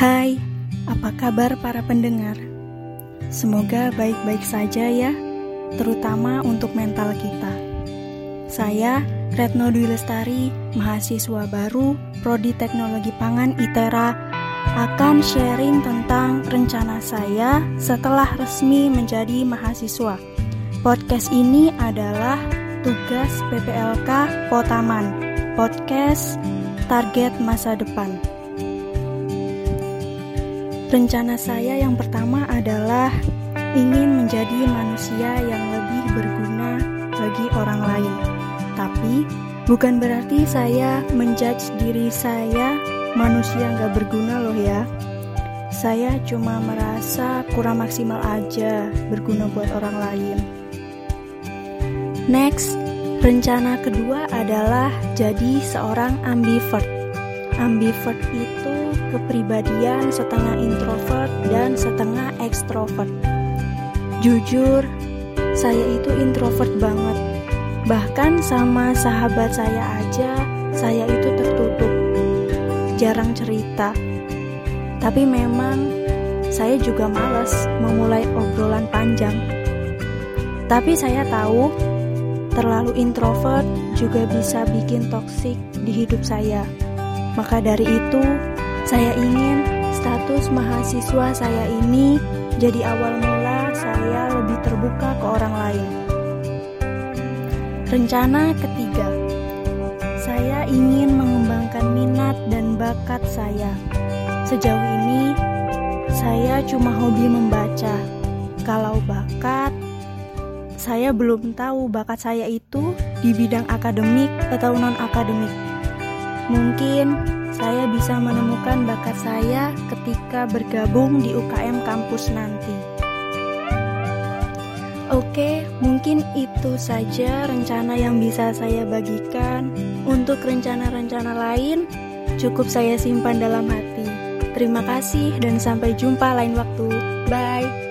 Hai, apa kabar para pendengar? Semoga baik-baik saja ya, terutama untuk mental kita. Saya, Retno Dwi Lestari, mahasiswa baru Prodi Teknologi Pangan ITERA, akan sharing tentang rencana saya setelah resmi menjadi mahasiswa. Podcast ini adalah tugas PPLK Potaman, podcast target masa depan. Rencana saya yang pertama adalah ingin menjadi manusia yang lebih berguna bagi orang lain. Tapi bukan berarti saya menjudge diri saya manusia gak berguna loh ya. Saya cuma merasa kurang maksimal aja berguna buat orang lain. Next, rencana kedua adalah jadi seorang ambivert. Ambivert itu kepribadian setengah introvert dan setengah ekstrovert. Jujur, saya itu introvert banget. Bahkan sama sahabat saya aja, saya itu tertutup. Jarang cerita. Tapi memang saya juga malas memulai obrolan panjang. Tapi saya tahu, terlalu introvert juga bisa bikin toksik di hidup saya. Maka dari itu, saya ingin status mahasiswa saya ini jadi awal mula saya lebih terbuka ke orang lain. Rencana ketiga, saya ingin mengembangkan minat dan bakat saya. Sejauh ini, saya cuma hobi membaca. Kalau bakat, saya belum tahu bakat saya itu di bidang akademik atau non-akademik. Mungkin saya bisa menemukan bakat saya ketika bergabung di UKM kampus nanti. Oke, mungkin itu saja rencana yang bisa saya bagikan. Untuk rencana-rencana lain, cukup saya simpan dalam hati. Terima kasih dan sampai jumpa lain waktu. Bye.